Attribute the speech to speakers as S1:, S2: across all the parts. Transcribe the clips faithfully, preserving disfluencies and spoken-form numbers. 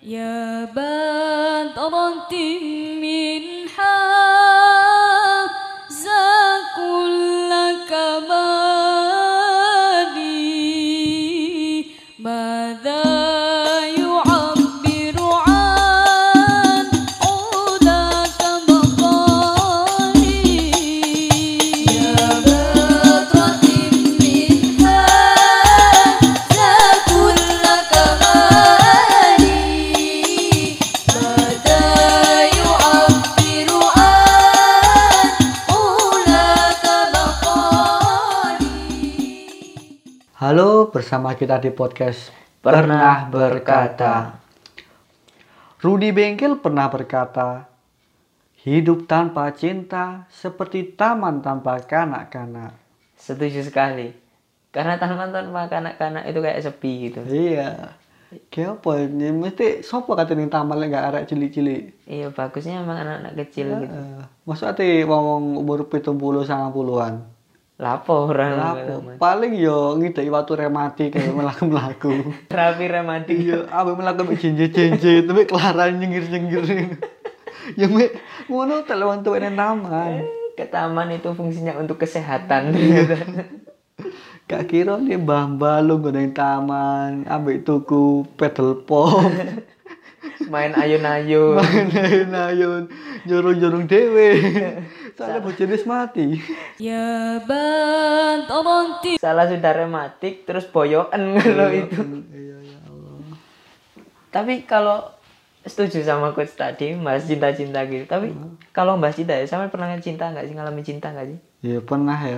S1: يا بدرة من حازا كل كمالي ماذا يعبر عن علاك مقالي يا بدرة من حازا كل كمالي ماذا يعبر عن علاك مقالي.
S2: Halo, bersama kita di podcast Pernah Berkata. Rudy Bengkel pernah berkata, hidup tanpa cinta seperti taman tanpa kanak-kanak.
S3: Setuju sekali. Karena taman tanpa kanak-kanak itu kayak sepi gitu.
S2: Iya. Kayak apa ini? Mesti sopo katanya taman lek gak arek cilik-cilik.
S3: Iya, bagusnya emang anak-anak kecil gitu.
S2: Heeh. Masuk ate wong umur pitung puluh sangang puluhan.
S3: Lapo orang
S2: Lapo? Paling yo ngideki watu rematik kayak melaku-melaku.
S3: rapi romantis.
S2: Iya, abe melaku mek jenje-jenje, tapi kelaran nyengir-nyengir. Ya mek ngono tek lewat tuwek nang taman.
S3: Ke taman itu fungsinya untuk kesehatan.
S2: Gak kira nih mbah-mbah lu nggoning taman, ambek tuku pedal pop,
S3: Main ayun-ayun.
S2: main ayun-ayun, jorong-jorong dhewe. Soalnya bojone mati.
S1: يا بدرة
S3: Salah sudah rematik terus boyoken kalau itu.
S2: Iya ya Allah.
S3: Tapi kalau setuju sama coach tadi, bahas cinta-cinta gitu. Tapi kalau bahas cinta ya, sama pernah cinta nggak sih, ngalamin cinta nggak sih?
S2: Ya pernah ya.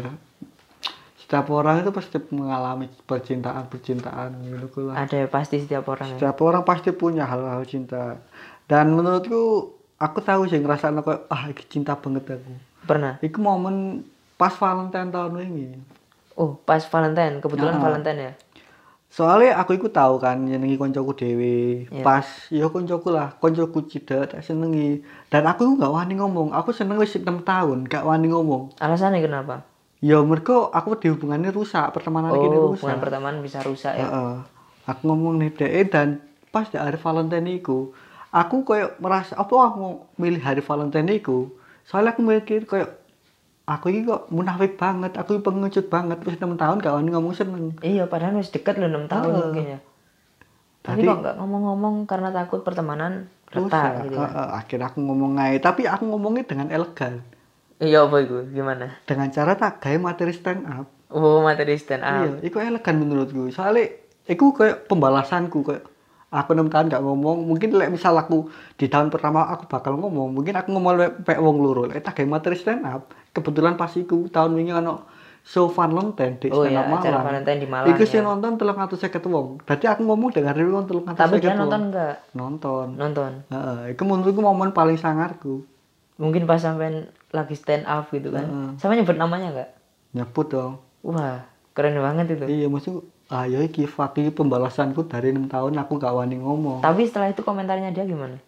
S2: Setiap orang itu pasti mengalami percintaan-percintaan gitu lah.
S3: Ada ya, pasti setiap orang ya.
S2: Setiap orang pasti punya hal-hal cinta. Dan menurutku aku tahu sih ngerasaan kok ah iki cinta banget aku.
S3: Pernah.
S2: Iku momen pas Valentine tahun ini.
S3: Oh, pas Valentine, kebetulan
S2: Nah.
S3: Valentine ya.
S2: Soalnya aku iku tahu kan nyenengi koncoku dhewe.
S3: Iya.
S2: Pas ya koncoku lah, koncoku cedek tak senengi. Dan aku nggak wani ngomong. Aku seneng wis enam tahun, gak wani ngomong.
S3: Alasannya kenapa?
S2: Ya mergo aku di hubungannya rusak, pertemanan
S3: Oh,
S2: kini rusak.
S3: hubungan pertemanan bisa rusak ya.
S2: Heeh. Aku ngomong nih dek dan pas di hari Valentine iku, aku kayak merasa apa aku milih hari Valentine iku. Soalnya aku mikir kayak aku ini kok munafik banget, aku ini pengecut banget, terus enam tahun gak wani ngomong seneng.
S3: Iya, padahal masih dekat loh enam tahun
S2: Heeh.
S3: mungkin ya. Tapi
S2: Tadi-
S3: kok nggak ngomong-ngomong karena takut pertemanan retak gitu kan.
S2: Heeh, akhirnya aku ngomong aja, tapi aku ngomongnya dengan elegan.
S3: Iya, apa itu? Gimana?
S2: Dengan cara tak gawe materi stand up.
S3: Oh, materi stand up.
S2: Iya, itu elegan menurutku. Soalnya itu kayak pembalasanku kayak aku enam tahun gak ngomong, mungkin lek misal aku di tahun pertama aku bakal ngomong, mungkin aku ngomong lek pek wong loro, lek tak gawe materi stand up. Kebetulan pas iku tahun wingi ono show Valentine di
S3: Oh
S2: stand
S3: iya,
S2: up
S3: acara
S2: Malang.
S3: Valentine di Malang.
S2: Iku sing
S3: ya.
S2: nonton tiga ratus lima puluh wong. Berarti aku ngomong dengan ribu wong tiga ratus lima puluh
S3: Tapi dia
S2: wong.
S3: nonton nggak?
S2: Nonton.
S3: Nonton.
S2: Heeh, iku menurutku momen paling sangarku.
S3: Mungkin pas sampai lagi stand up gitu kan.
S2: Heeh.
S3: Sama nyebut namanya nggak?
S2: Nyebut dong.
S3: Wah, keren banget itu.
S2: Iya, maksudku ayo iki fuck iki pembalasanku dari enam tahun aku gak wani ngomong.
S3: Tapi setelah itu komentarnya dia gimana?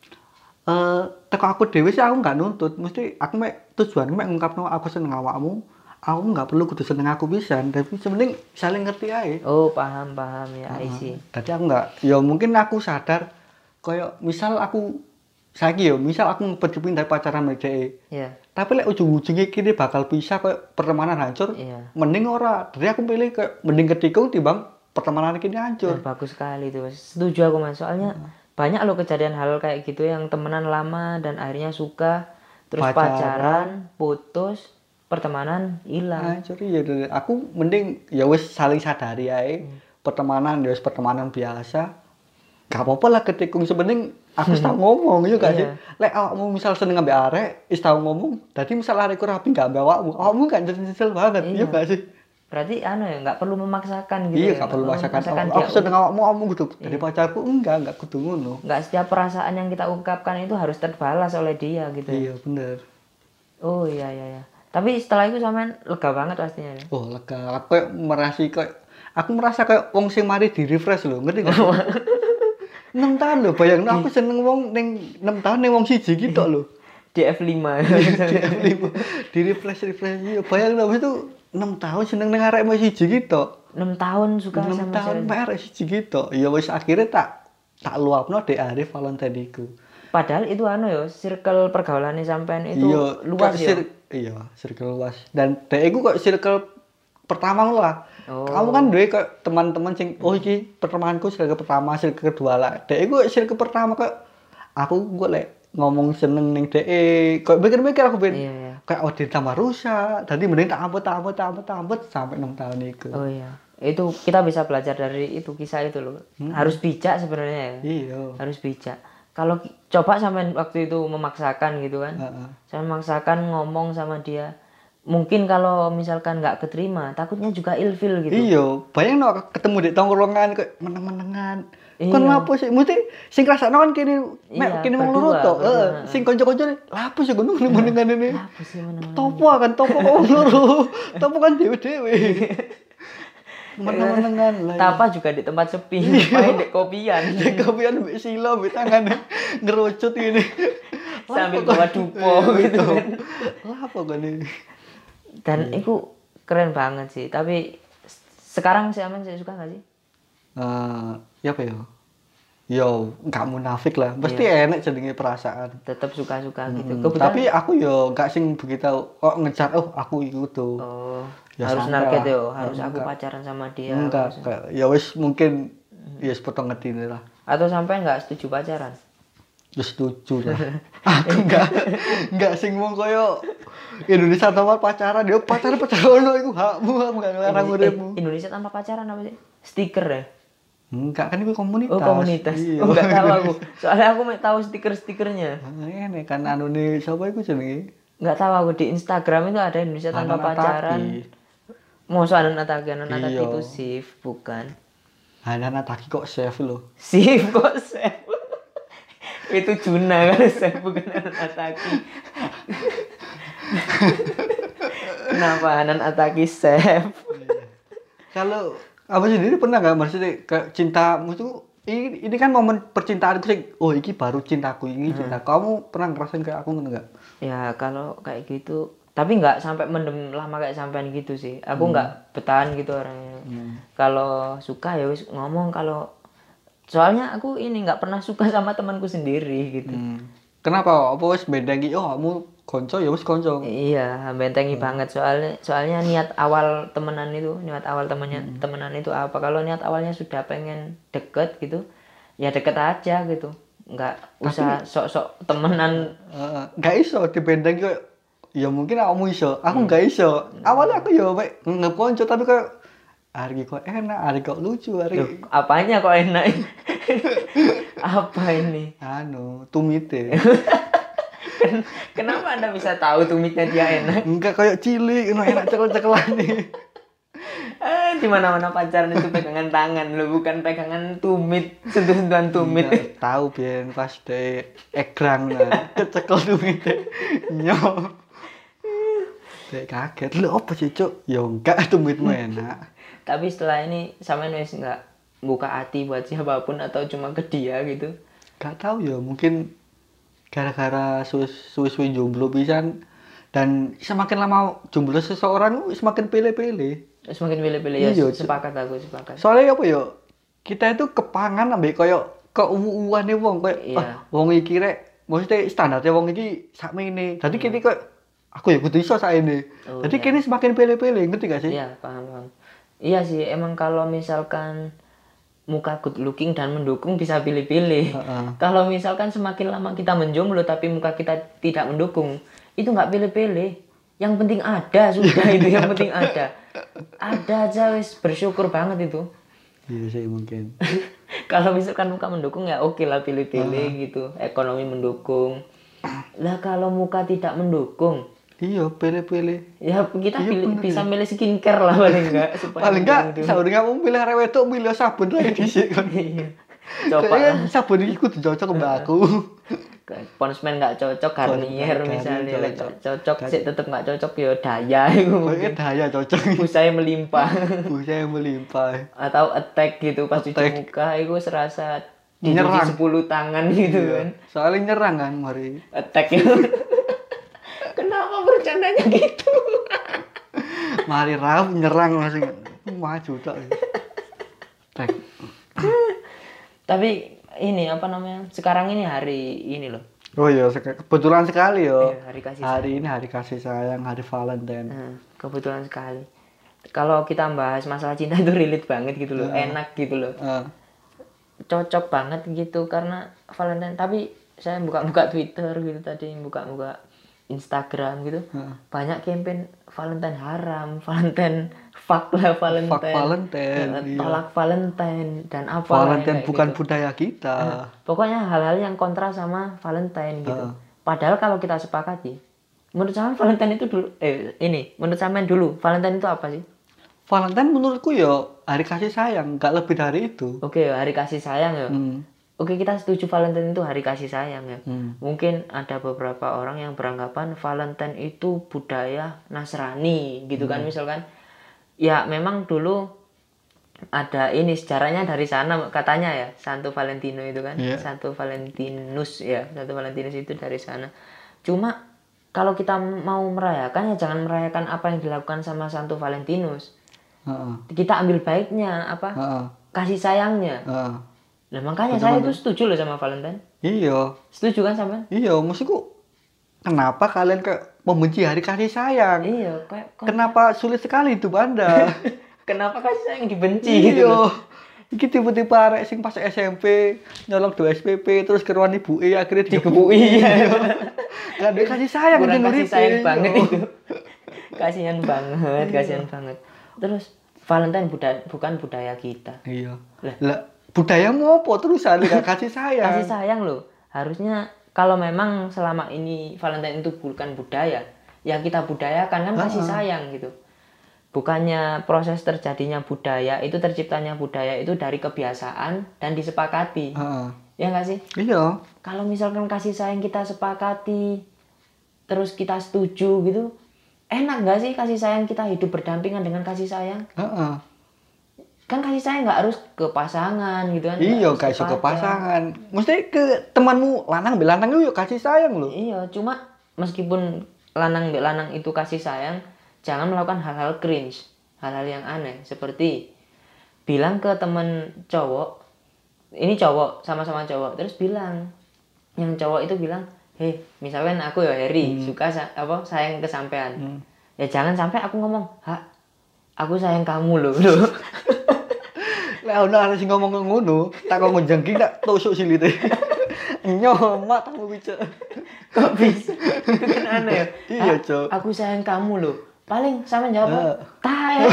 S2: Eh, teko aku dhewe sih aku gak nuntut, mesti aku mek tujuanku mek ngungkapno aku seneng awakmu. Aku gak perlu kudu seneng aku pisan, tapi sementing saling ngerti ae.
S3: Oh, paham, paham ya, I see.
S2: Tadi aku gak, ya mungkin aku sadar koyo misal aku saiki yo, misal aku berjepin dari pacaran mek dhek.
S3: Iya.
S2: Tapi lek ujung-ujungnya kini bakal pisah koyo pertemanan hancur.
S3: Iya.
S2: Mending ora. Jadi aku pilih kayak mending ketikung timbang pertemanan kini hancur.
S3: Nah, bagus sekali itu, Mas. Setuju aku, Mas. Soalnya banyak loh kejadian hal kayak gitu yang temenan lama dan akhirnya suka, terus
S2: Pacaran.
S3: pacaran, putus, pertemanan hilang.
S2: Hancur iya Dede. Aku mending ya wis saling sadari ae. Pertemanan ya wis pertemanan biasa. Gak apa-apa lah ketikung sebenarnya aku wis tau ngomong ya gak sih.
S3: Iya.
S2: Lek awakmu misal seneng ambek arek, wis tau ngomong. Dadi misal arekku rapi gak ambek awakmu, awakmu gak nyesel banget
S3: Iya.
S2: iya gak sih?
S3: Berarti anu ya, nggak perlu memaksakan gitu.
S2: Iya
S3: ya.
S2: gak perlu
S3: Nggak
S2: masakan.
S3: memaksakan
S2: Aku
S3: dia.
S2: aku seneng awakmu, awakmu kudu dari pacarku enggak, enggak kudu ngono.
S3: Nggak setiap perasaan yang kita ungkapkan itu harus terbalas oleh dia gitu. ya.
S2: Iya bener.
S3: Oh iya iya iya. Tapi setelah itu sampean lega banget pastinya. ya?
S2: Oh lega, aku kayak merasa kayak aku merasa kayak wong sing mari di refresh lho, ngerti gak? enam tahun lho, bayangno aku seneng wong ning enam tahun ning wong siji gitu lho.
S3: D F lima.
S2: Di F lima, di refresh refresh iya, bayangno habis itu enam tahun seneng ning arek siji gitu.
S3: enam tahun suka
S2: enam
S3: sama
S2: tahun
S3: cewek.
S2: mek arek siji gitu. Ya wis akhirnya tak tak luapno Dek Arif Valentine iku.
S3: Padahal itu anu ya, circle pergaulannya sampean itu
S2: Iya,
S3: luas
S2: kok
S3: ya.
S2: sir- iya, circle luas. Dan Dek iku kok circle pertama lah.
S3: Oh.
S2: Kamu kan duwe kok teman-teman sing oh iki pertemananku circle pertama, circle kedua lah. Dek iku circle pertama kok aku golek ngomong seneng ning Dek. Kok mikir-mikir aku ben
S3: Iya, iya.
S2: kayak oh ditambah rusak. Tadi mending tak amput, tak amput, tak amput, tak amput sampai enam tahun itu.
S3: Oh iya. Itu kita bisa belajar dari itu kisah itu loh. Harus bijak sebenarnya ya.
S2: Iya.
S3: Harus bijak. Kalau ki- coba sampean waktu itu memaksakan gitu kan.
S2: Heeh.
S3: Saya memaksakan ngomong sama dia. Mungkin kalau misalkan nggak keterima, takutnya juga ilfil gitu.
S2: Iya, bayang no ketemu di tongkrongan kayak meneng-menengan.
S3: Iya.
S2: Kon lapo sih? Mesti sing rasakno kan kene mek
S3: Iya,
S2: kene wong
S3: berdua,
S2: loro to.
S3: berdua,
S2: Heeh,
S3: heeh.
S2: sing kanca-kanca lapo sih ngono menengan ini.
S3: Apa sih meneng-meneng?
S2: Topo kan topo kok wong loro. Topo kan dhewe-dhewe. Meneng-menengan lah.
S3: Tapa juga di tempat sepi, main di kopian.
S2: Dek kopian mbek silo mbek tangane ngerucut ngene.
S3: Sambil bawa dupo gitu kan.
S2: Lapo kan ini?
S3: Dan itu keren banget sih. Tapi s- sekarang sih aman saya suka nggak sih?
S2: Eh, ya apa ya? Yo, nggak munafik lah. Pasti
S3: Iya.
S2: enak jenenge perasaan.
S3: Tetap suka-suka gitu.
S2: Hmm,
S3: Kebetulan
S2: tapi aku yo nggak sing begitu kok ngejar oh aku ikut tuh.
S3: oh,
S2: Ya
S3: harus
S2: santai
S3: narget
S2: lah.
S3: yo, harus aku
S2: Enggak.
S3: pacaran sama dia.
S2: Enggak,
S3: harus-
S2: kayak ya wis mungkin ya wis potong ngedine lah.
S3: Atau sampai nggak setuju pacaran?
S2: Ya setuju lah. Aku enggak enggak sing wong koyo Indonesia tanpa pacaran, yo pacaran pacaran ono iku hakmu, aku enggak ngelarang
S3: Eh,
S2: uripmu.
S3: Indonesia tanpa pacaran apa sih? Stiker ya?
S2: Enggak kan itu komunitas.
S3: Oh komunitas.
S2: Iya.
S3: Oh nggak tahu aku. Soalnya aku mau tahu stiker-stikernya.
S2: Ini kan anu nih sapa iku jenenge?
S3: Nggak tahu aku di Instagram itu ada Indonesia tanpa
S2: Hanan
S3: pacaran.
S2: Ataki.
S3: Masa Hanan Ataki, Hanan Ataki
S2: Iya.
S3: itu shift bukan?
S2: Hanan Ataki kok save loh.
S3: Shift kok Sef? Itu Juna kan Sef bukan Hanan Ataki. Kenapa Hanan Ataki Sef?
S2: Kalau apa sendiri pernah nggak maksudnya kayak cintamu tuh ini, ini kan momen percintaanku sih. Oh, ini baru cintaku, ini cinta. Kamu pernah ngerasain kayak aku enggak?
S3: Ya kalau kayak gitu, tapi nggak sampai mendem lama kayak sampean gitu sih. Aku nggak bertahan gitu orangnya. Kalau suka ya wis ngomong. Kalau soalnya aku ini nggak pernah suka sama temanku sendiri gitu.
S2: Hmm. Kenapa? Apa wis beda iki? Oh, kamu konco ya wis konco.
S3: Iya, bentengi banget soalnya soalnya niat awal temenan itu, niat awal temennya temenan itu apa? Kalau niat awalnya sudah pengen deket gitu, ya deket aja gitu. Nggak usah sok-sok temenan.
S2: Heeh, nggak iso dibanding kayak ya mungkin kamu iso, aku nggak iso. Awalnya aku ya mek nganggep konco tapi kayak hari kok enak, hari kok lucu, hari
S3: Loh, apanya kok enak? Apa ini?
S2: anu tumite.
S3: Ken- Kenapa Anda bisa tahu tumitnya dia enak?
S2: Enggak kayak cilik, enak enak cekel-cekelan nih.
S3: Eh, di mana-mana pacaran itu pegangan tangan loh, bukan pegangan tumit, sentuh-sentuhan tumit.
S2: Nggak tahu biyen pas de egrang nah, kecekel tumite. Nyo. Dek kaget, lho apa sih, Cuk? Ya enggak tumitmu enak.
S3: Tapi setelah ini sampean wis nggak buka hati buat siapapun atau cuma ke dia gitu?
S2: Gak tahu ya, mungkin gara-gara suwi-suwi jomblo pisan dan semakin lama jomblo seseorang semakin pilih-pilih.
S3: Semakin pilih-pilih ya,
S2: Iya,
S3: sepakat aku sepakat.
S2: Soalnya apa ya? Kita itu kepangan ambek koyo keuuane wong koyo
S3: Iya.
S2: ah, wong iki rek maksudnya standarnya wong iki sakmene. Dadi kene koyo aku ya kudu iso sakene.
S3: Oh,
S2: Dadi
S3: iya.
S2: kene semakin pilih-pilih, ngerti gak sih?
S3: Iya, paham paham. Iya sih, emang kalau misalkan muka good looking dan mendukung bisa pilih-pilih.
S2: Heeh.
S3: Kalau misalkan semakin lama kita menjomblo tapi muka kita tidak mendukung, itu nggak pilih-pilih. Yang penting ada sudah itu, yang penting ada. Ada aja wis bersyukur banget itu.
S2: Iya sih mungkin.
S3: Kalau misalkan muka mendukung ya oke lah pilih-pilih gitu. Ekonomi mendukung. Lah kalau muka tidak mendukung,
S2: Iya, pilih-pilih.
S3: ya kita
S2: Iya,
S3: pilih,
S2: bener
S3: bisa milih skincare lah paling enggak supaya
S2: Paling enggak
S3: mendukung.
S2: saudara kamu pilih arek wedok milih sabun lagi dhisik kan.
S3: Iya. Coba
S2: Kayaknya
S3: lah.
S2: sabun iki kudu cocok mbak aku.
S3: Ponsmen nggak cocok, Garnier
S2: Garnier
S3: misalnya
S2: cocok.
S3: lek nggak cocok sih tetep nggak cocok ya daya itu
S2: Kayaknya
S3: mungkin.
S2: daya cocok.
S3: Busanya melimpah
S2: Busa yang melimpah.
S3: atau attack gitu pas cuci
S2: Attack.
S3: muka itu serasa
S2: Nyerang.
S3: dicuci sepuluh tangan gitu kan.
S2: Soalnya nyerang kan mari.
S3: Attack itu. Kenapa bercandanya gitu?
S2: Mari Raf nyerang langsung maju tak. Tek.
S3: Tapi ini apa namanya? Sekarang ini hari ini loh.
S2: Oh iya, sek- kebetulan sekali yo.
S3: Iya, hari kasih
S2: Hari ini hari kasih sayang, hari Valentine.
S3: Nah, kebetulan sekali. Kalau kita bahas masalah cinta itu relate banget gitu loh, enak gitu loh.
S2: Eh,
S3: Cocok banget gitu karena Valentine. Tapi saya buka-buka Twitter gitu tadi, buka-buka Instagram gitu. Banyak campaign Valentine haram, Valentine fuck lah Valentine.
S2: Fuck Valentine,
S3: eh,
S2: iya.
S3: Tolak Valentine dan apa
S2: Valentine bukan budaya kita.
S3: Pokoknya hal-hal yang kontra sama Valentine gitu.
S2: Heeh.
S3: Padahal kalau kita sepakati, menurut saya Valentine itu dulu eh ini, menurut sampean dulu, Valentine itu apa sih?
S2: Valentine menurutku yo hari kasih sayang, nggak lebih dari itu.
S3: Oke, hari kasih sayang ya.
S2: Hmm.
S3: Oke, kita setuju Valentine itu hari kasih sayang ya.
S2: Hmm.
S3: Mungkin ada beberapa orang yang beranggapan Valentine itu budaya Nasrani gitu kan misalkan. Ya memang dulu ada ini sejarahnya dari sana katanya ya, Santo Valentino itu kan.
S2: Iya.
S3: Santo Valentinus ya, Santo Valentinus itu dari sana. Cuma kalau kita mau merayakan ya jangan merayakan apa yang dilakukan sama Santo Valentinus.
S2: Heeh.
S3: Kita ambil baiknya apa?
S2: Heeh.
S3: Kasih sayangnya.
S2: Heeh.
S3: Nah, makanya saya itu setuju loh sama Valentine.
S2: Iya,
S3: Setuju kan sampean?
S2: iya, maksudku kenapa kalian kayak membenci hari kasih sayang?
S3: Iya, kayak kok-
S2: Kenapa sulit sekali hidup Anda?
S3: kenapa kasih sayang dibenci gitu loh.
S2: Iya. Iki tiba-tiba arek sing pas S M P nyolong dua S P P terus keruan ibu e akhirnya
S3: Dikebui ya.
S2: Gak ada kasih sayang
S3: Kurang
S2: aja
S3: kasih
S2: nuripe,
S3: sayang
S2: iya.
S3: banget itu. Kasihan banget, kasihan banget. Terus Valentine buda- bukan budaya kita.
S2: Iya.
S3: Lah.
S2: Lah, budaya ngopo terusan gak kasih sayang?
S3: Kasih sayang loh. Harusnya kalau memang selama ini Valentine itu bukan budaya, ya kita budayakan kan kasih sayang gitu. Bukannya proses terjadinya budaya itu terciptanya budaya itu dari kebiasaan dan disepakati.
S2: Heeh.
S3: Ya nggak sih?
S2: Iya.
S3: Kalau misalkan kasih sayang kita sepakati, terus kita setuju gitu, enak nggak sih kasih sayang kita hidup berdampingan dengan kasih sayang?
S2: Heeh.
S3: Kan kasih sayang nggak harus ke pasangan gitu kan?
S2: Iya,
S3: harus
S2: gak iso ke
S3: pacar.
S2: pasangan. Mesti ke temanmu lanang mbek lanang yo kasih sayang loh.
S3: Iya, cuma meskipun lanang mbek lanang itu kasih sayang, jangan melakukan hal-hal cringe, hal-hal yang aneh seperti bilang ke temen cowok, ini cowok sama-sama cowok, terus bilang yang cowok itu bilang, hei, misalkan aku ya Heri suka sa- apa sayang ke sampean, ya jangan sampai aku ngomong, ha, aku sayang kamu loh, loh.
S2: Lah ono arek sing ngomong ngono, tak kok ngonjangki tak tusuk silite. Nyomak tamu bicara.
S3: Kok bisa? Itu kan aneh ya.
S2: Iya,
S3: "Ha,
S2: Cok.
S3: Aku sayang kamu loh. Paling sama jawab,
S2: Eh.
S3: tae.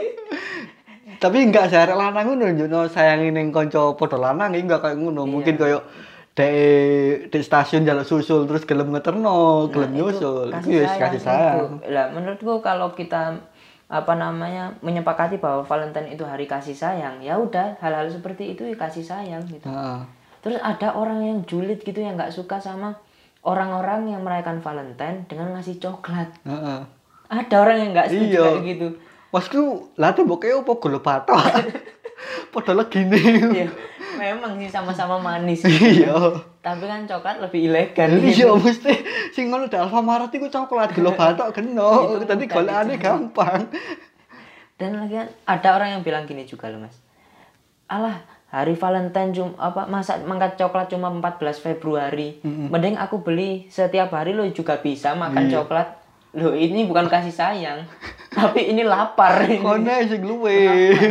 S2: Tapi enggak sih arek lanang ngono nunjukno sayangi ning kanca padha lanang iki enggak kayak ngono. Mungkin koyo dek di stasiun jaluk susul terus gelem ngeterno, gelem nyusul. Itu ya kasih sayang.
S3: itu. Lah menurutku kalau kita apa namanya menyepakati bahwa Valentine itu hari kasih sayang, ya udah hal-hal seperti itu ya kasih sayang gitu.
S2: Heeh.
S3: Terus ada orang yang julid gitu yang nggak suka sama orang-orang yang merayakan Valentine dengan ngasih coklat.
S2: Heeh.
S3: Ada orang yang nggak setuju
S2: Iya.
S3: kayak gitu.
S2: Masku lah tembok e opo golo batok. Padha legine.
S3: Iya, memang sih sama-sama manis.
S2: Iya.
S3: Tapi kan coklat lebih elegan.
S2: Iya mesti sing ngono di Alfamaret iku coklat gelo batok geno.
S3: Itu
S2: Tadi
S3: mudah
S2: golekane
S3: dicari.
S2: gampang.
S3: Dan lagi ada orang yang bilang gini juga loh mas, alah hari Valentine cuma apa masa mangkat coklat cuma empat belas Februari, mending aku beli setiap hari lo juga bisa makan
S2: Iya.
S3: coklat. Loh ini bukan kasih sayang, tapi ini lapar.
S2: Kono sing luwe.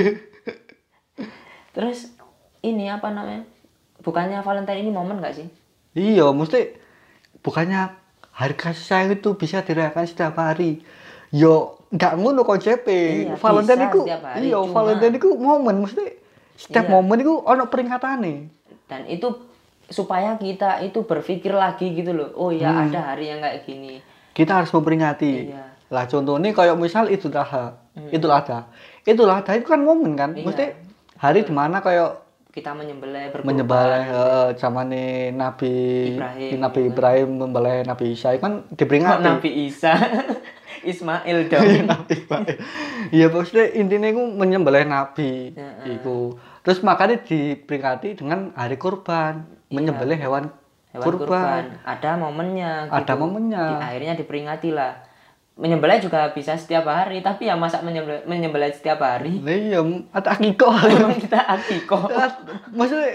S3: Terus ini apa namanya? Bukannya Valentine ini momen gak sih?
S2: Iya, mesti bukannya hari kasih sayang itu bisa dirayakan setiap hari. Yo, nggak ngono konsepnya.
S3: Iya,
S2: Valentine
S3: bisa
S2: itu,
S3: setiap hari,
S2: iya,
S3: cuma-
S2: Valentine itu momen, mesti setiap
S3: Iya.
S2: momen itu ono peringkatane.
S3: Dan itu supaya kita itu berpikir lagi gitu loh. Oh ya ada hari yang kayak gini.
S2: Kita harus memperingati.
S3: Iya.
S2: Lah contohnya kayak misal itu Adha. Itu Adha. Itu Adha itu kan momen kan.
S3: Iya.
S2: Mesti hari di mana kayak
S3: Kita menyembelih berkorban.
S2: menyembelih eh, zamane Nabi
S3: Ibrahim,
S2: Nabi
S3: gitu kan.
S2: Ibrahim membelih Nabi Isa itu kan
S3: Oh,
S2: diperingati.
S3: Nabi Isa. Ismail dong.
S2: Nabi Ibrahim. Iya maksudnya intinya itu menyembelih Nabi
S3: Heeh.
S2: itu. Terus makanya diperingati dengan hari kurban, menyembelih hewan,
S3: Hewan
S2: kurban.
S3: kurban. Ada momennya.
S2: Ada
S3: gitu.
S2: momennya.
S3: Di, akhirnya diperingati lah. Menyembelih juga bisa setiap hari, tapi ya masa menyembelih, menyembelih setiap hari?
S2: Nah, iya, ada akikoh.
S3: Memang kita akikoh.
S2: Maksudnya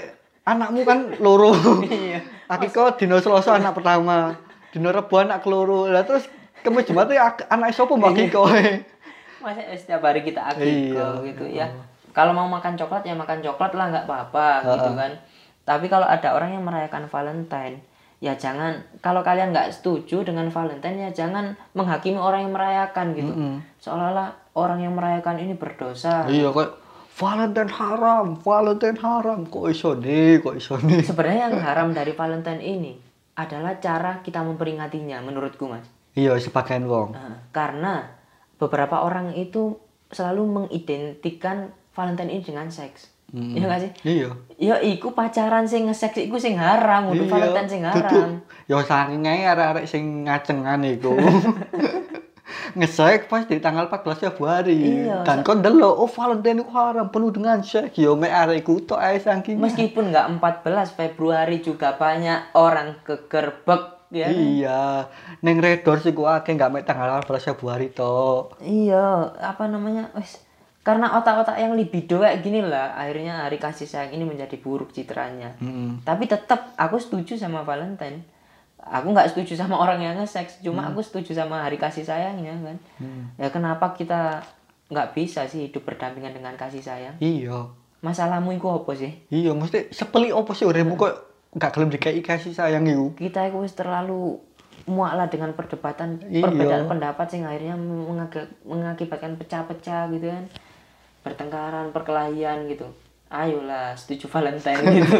S2: anakmu kan loro.
S3: Iya.
S2: Akiko dino Selasa anak pertama, dino Rebo anak keloro. Lah terus Kamis Jumat ya anak sapa Mbak Kiko?
S3: Masa setiap hari kita akiko
S2: Iya.
S3: gitu ya. Kalau mau makan coklat ya makan coklat lah nggak apa-apa gitu kan. Tapi kalau ada orang yang merayakan Valentine, ya jangan, kalau kalian nggak setuju dengan Valentine ya jangan menghakimi orang yang merayakan gitu.
S2: Mm-mm.
S3: Seolah-olah orang yang merayakan ini berdosa.
S2: Iya kok Valentine haram, Valentine haram. Kok iso nih, kok iso nih.
S3: Sebenarnya yang haram dari Valentine ini adalah cara kita memperingatinya menurutku Mas.
S2: Iya, sebagian wong.
S3: Nah, karena beberapa orang itu selalu mengidentikan Valentine ini dengan seks.
S2: Mm.
S3: Iya gak sih?
S2: Iya.
S3: Ya iku pacaran sing nge-seks iku sing haram, untuk Valentine sing haram.
S2: Duduk. Ya saking ae arek-arek sing ngacengan iku. Ngesek pas di tanggal empat belas Februari.
S3: Iya,
S2: Dan kon delok oh Valentine iku haram penuh dengan seks. Ya mek arek iku tok ae saking.
S3: Meskipun nggak empat belas Februari juga banyak orang kegerbek ya.
S2: Iya. Ning redor sih ku akeh enggak mek tanggal empat belas Februari tok.
S3: Iya, apa namanya? Wes karena otak-otak yang libido kayak gini lah, akhirnya hari kasih sayang ini menjadi buruk citranya.
S2: Mm.
S3: Tapi tetap aku setuju sama Valentine. Aku nggak setuju sama orang yang nge-seks, cuma aku setuju sama hari kasih sayangnya kan.
S2: Hmm.
S3: Ya kenapa kita nggak bisa sih hidup berdampingan dengan kasih sayang?
S2: Iya.
S3: Masalahmu itu apa sih?
S2: Iya, mesti sepeli opo sih uripmu kok gak gelem dikai kasih sayang iku.
S3: Kita itu wis terlalu muak lah dengan perdebatan,
S2: Iya.
S3: perbedaan pendapat sing akhirnya mengag- mengakibatkan pecah-pecah gitu kan. Pertengkaran, perkelahian gitu. Ayolah, setuju Valentine gitu.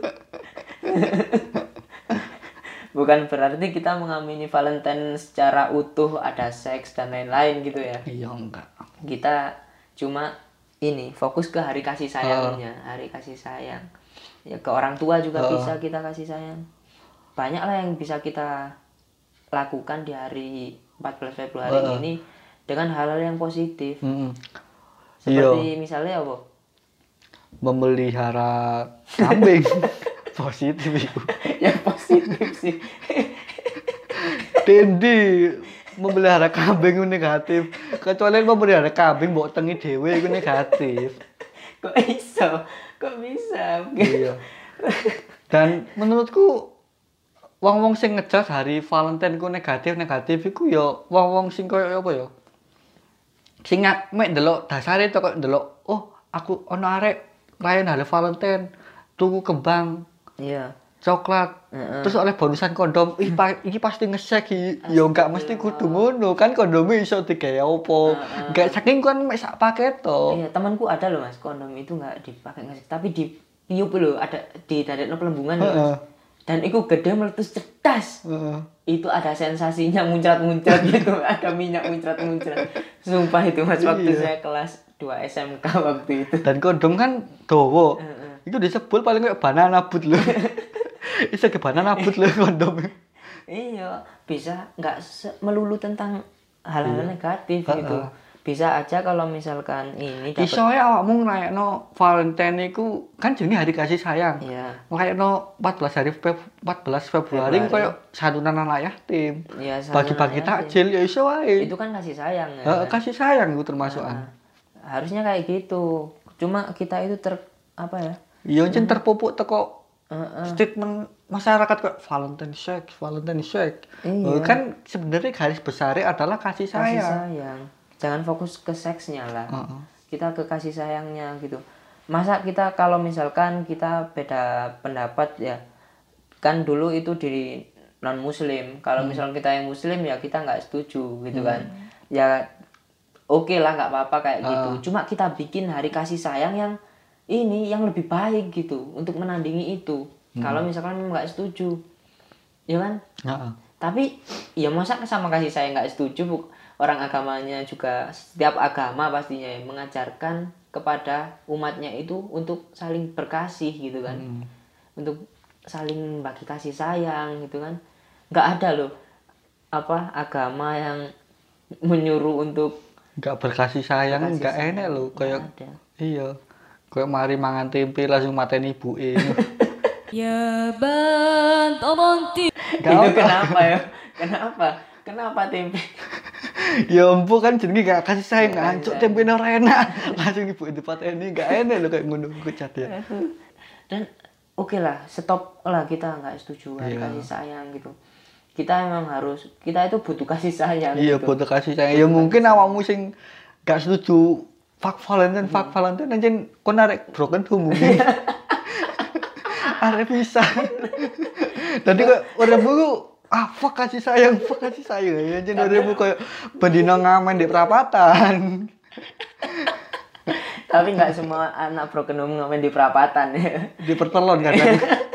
S3: Bukan berarti kita mengamini Valentine secara utuh, ada seks dan lain-lain gitu ya.
S2: Iya enggak.
S3: Kita cuma ini fokus ke hari kasih sayangnya, hari kasih sayang. Ya ke orang tua juga
S2: Uh.
S3: bisa kita kasih sayang. Banyak lah yang bisa kita lakukan di hari empat belas Februari
S2: Uh.
S3: ini dengan hal-hal yang positif.
S2: Mm-mm.
S3: Seperti
S2: Iya.
S3: misalnya apa?
S2: Memelihara kambing. Positif itu.
S3: Yang positif sih.
S2: Dendi memelihara kambing itu negatif. Kecuali memelihara kambing mbok tengi dhewe itu negatif.
S3: Kok bisa? Kok bisa?
S2: Iya. Dan menurutku wong-wong sing ngejudge hari Valentine ku negatif-negatif iku ya wong-wong sing koyo apa ya? Sing ngak- mek ndelok dasare to kok ndelok, oh aku ono arek rayain hari Valentine tuku kembang,
S3: Iya.
S2: coklat,
S3: Heeh.
S2: terus oleh bonusan kondom. Ih, pa, iki pasti ngesek iki. Ya enggak mesti kudu ngono kan kondomnya iso digawe opo. Enggak saking kan mek sak paket to.
S3: Iya, temanku ada loh Mas, kondom itu nggak dipakai ngasih, tapi di tiup loh, ada di dadekno pelembungan loh, Mas.
S2: Heeh.
S3: Dan itu gede meletus cetas.
S2: Heeh.
S3: Itu ada sensasinya muncrat-muncrat gitu, ada minyak muncrat-muncrat. Sumpah itu Mas, waktu
S2: Iya.
S3: saya kelas dua S M K waktu itu.
S2: Dan kondom kan dawa.
S3: Heeh.
S2: Itu disebul paling kayak banana boot lho. Iso ke banana boot lho kondom.
S3: Iya, bisa nggak se- melulu tentang hal-hal negatif
S2: Heeh.
S3: gitu. Bisa aja kalau misalkan ini dapat.
S2: Iso ya awakmu ngrayakno Valentine iku kan jenenge hari kasih sayang.
S3: Iya.
S2: Ngrayakno empat belas hari Feb- empat belas Februari
S3: Februari.
S2: koyo santunan anak yatim.
S3: Iya, santunan
S2: Bagi-bagi
S3: yatim.
S2: takjil ya iso wae.
S3: Itu kan kasih sayang ya.
S2: Heeh,
S3: kan?
S2: kasih sayang itu termasukan.
S3: Nah, harusnya kayak gitu. Cuma kita itu ter apa ya?
S2: Iya jen terpupuk teko
S3: Heeh.
S2: statement masyarakat kok Valentine sex, Valentine sex.
S3: Iya.
S2: Kan sebenarnya garis besarnya adalah kasih
S3: Kasih
S2: sayang.
S3: sayang. Jangan fokus ke seksnya lah.
S2: Heeh.
S3: Kita ke kasih sayangnya gitu. Masa kita kalau misalkan kita beda pendapat ya, kan dulu itu di non muslim. Kalau
S2: Hmm.
S3: misalkan kita yang muslim ya kita nggak setuju gitu kan. Ya oke lah nggak apa-apa kayak gitu.
S2: Ah.
S3: Cuma kita bikin hari kasih sayang yang ini yang lebih baik gitu untuk menandingi itu.
S2: Hmm.
S3: Kalau misalkan nggak setuju, ya kan?
S2: Heeh.
S3: Tapi ya masa sama kasih sayang nggak setuju Bu? Orang agamanya juga, setiap agama pastinya ya, mengajarkan kepada umatnya itu untuk saling berkasih gitu kan.
S2: Hmm.
S3: Untuk saling bagi kasih sayang gitu kan. Nggak ada loh apa agama yang menyuruh untuk
S2: Enggak berkasih sayang,
S3: berkasih
S2: enggak
S3: sayang.
S2: enak lho
S3: Nggak
S2: kayak
S3: ada.
S2: iya. Kayak mari mangan tempe langsung mateni ibuke.
S1: يا بنت
S2: Gak
S3: Itu
S2: apa.
S3: kenapa ya? Kenapa? Kenapa tempe?
S2: Ya ampun kan jenenge gak kasih sayang,
S3: Nggak
S2: ngancuk
S3: kasih
S2: tempe ora enak. Langsung ibuke dipateni, gak enak lho kayak ngono kucat ya.
S3: Dan oke lah, stop lah, kita nggak setuju hari
S2: Iya.
S3: kasih sayang gitu. Kita emang harus, kita itu butuh kasih sayang
S2: Iya,
S3: gitu.
S2: butuh kasih sayang. Ya mungkin awakmu sing gak setuju fuck Valentine, fuck Valentine anjen kon arek broken home mungkin. Arek bisa. Tadi kok uripmu ku ah fuck kasih sayang, fuck kasih sayang. Ya anjen uripmu koyo bendino ngamen di perapatan.
S3: Tapi nggak semua anak broken home ngamen di perapatan ya.
S2: Di pertelon kadang.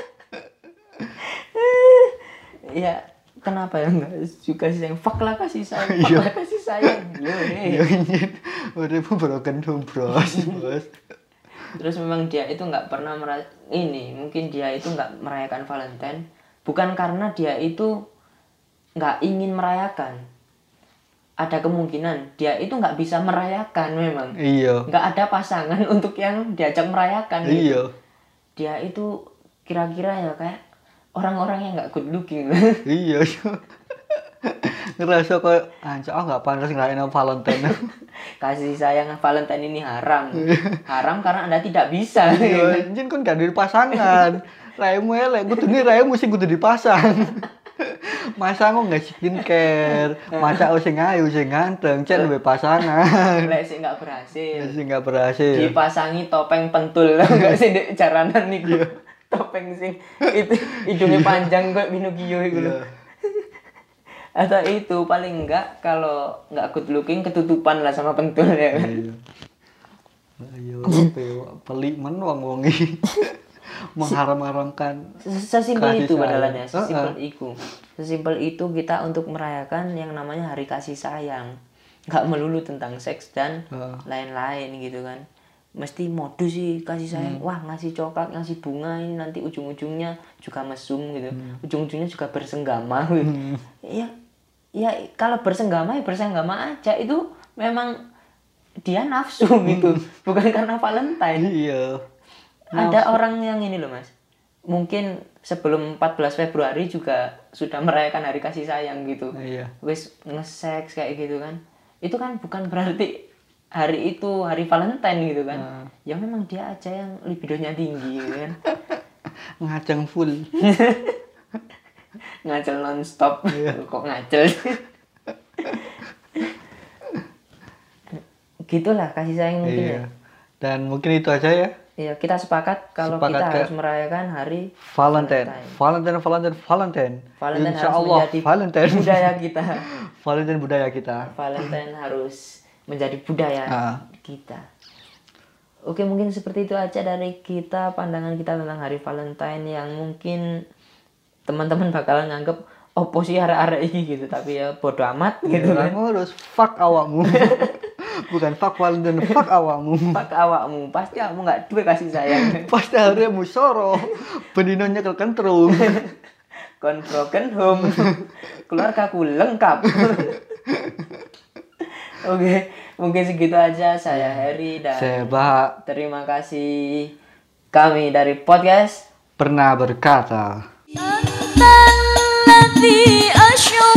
S3: Ya kenapa ya nggak suka sih sayang? Fuck lah kasih sayang, fuck
S2: Iya.
S3: lah kasih sayang. Yo,
S2: Ya
S3: eh.
S2: anjen uripmu broken home, Bros. Bos.
S3: Terus memang dia itu nggak pernah mera- ini mungkin dia itu nggak merayakan Valentine bukan karena dia itu nggak ingin merayakan. Ada kemungkinan dia itu nggak bisa merayakan memang.
S2: Iya.
S3: Nggak ada pasangan untuk yang diajak merayakan gitu.
S2: Iya.
S3: Dia itu kira-kira ya kayak orang-orang yang nggak good looking.
S2: Iya. Ngerasa kayak anjir ah nggak pantas ngerayain Valentine.
S3: Kasih sayang Valentine ini haram. Haram karena Anda tidak bisa.
S2: Iya, anjing kan gak ada pasangan. Raimu elek, kudune raimu sing kudu dipasang. Masa aku nggak skincare, masa aku sing ayu, sing ganteng, cek duwe pasangan.
S3: Lek sih nggak berhasil.
S2: Sing nggak berhasil.
S3: Dipasangi topeng pentul enggak sih di jaranan niku. Topeng sing itu hidungnya panjang kok Pinocchio iku lho.
S2: Iya.
S3: Atau itu paling enggak kalau enggak good looking ketutupan lah sama pentul ya kan.
S2: Iya. Ayo, apa ya, pelik men wong-wong iki. Mengharam-haramkan
S3: Sesimpel
S2: kasih
S3: itu
S2: sayang.
S3: badalannya, sesimpel
S2: Heeh.
S3: itu. Sesimpel itu kita untuk merayakan yang namanya hari kasih sayang. Enggak melulu tentang seks dan
S2: Heeh.
S3: lain-lain gitu kan. Mesti modus sih kasih sayang.
S2: Hmm.
S3: Wah, ngasih coklat, ngasih bunga ini nanti ujung-ujungnya juga mesum gitu.
S2: Hmm.
S3: Ujung-ujungnya juga bersenggama gitu. Iya. Ya kalau bersenggama ya bersenggama aja, itu memang dia nafsu gitu. Bukan karena Valentine.
S2: Iya.
S3: Ada orang yang ini loh mas, mungkin sebelum empat belas Februari juga sudah merayakan hari kasih sayang gitu.
S2: Iya.
S3: Wis nge-seks kayak gitu kan. Itu kan bukan berarti hari itu hari Valentine gitu kan.
S2: Nah.
S3: Ya memang dia aja yang libidonya tinggi gitu kan.
S2: Ngaceng full.
S3: Ngacel non-stop.
S2: Iya.
S3: Kok ngacel? Gitulah kasih sayang mungkin
S2: Iya.
S3: ya.
S2: Dan mungkin itu aja ya.
S3: Iya, kita sepakat kalau
S2: Sepakat
S3: kita
S2: ke-
S3: harus merayakan hari
S2: Valentine.
S3: Valentine.
S2: Valentine, Valentine, Valentine.
S3: Valentine
S2: Insya
S3: harus
S2: Allah,
S3: menjadi
S2: Valentine.
S3: budaya kita.
S2: Valentine budaya kita.
S3: Valentine harus menjadi budaya
S2: Ah.
S3: kita. Oke, mungkin seperti itu aja dari kita, pandangan kita tentang hari Valentine yang mungkin teman-teman bakalan nganggep opo sih arek-arek iki gitu, tapi ya bodo amat gitu
S2: Gitu
S3: kan.
S2: kamu harus fuck awakmu. Bukan fuck Valentine, fuck awakmu.
S3: Pak awakmu, pasti kamu nggak duwe kasih sayang.
S2: Pasti hari musoro. Bendino nyekel kentrung.
S3: Kon broken home. Keluargaku lengkap. Oke, mungkin segitu aja. Saya Heri dan
S2: Seba
S3: terima kasih kami dari podcast
S2: pernah berkata.
S1: أنت الذي أشعر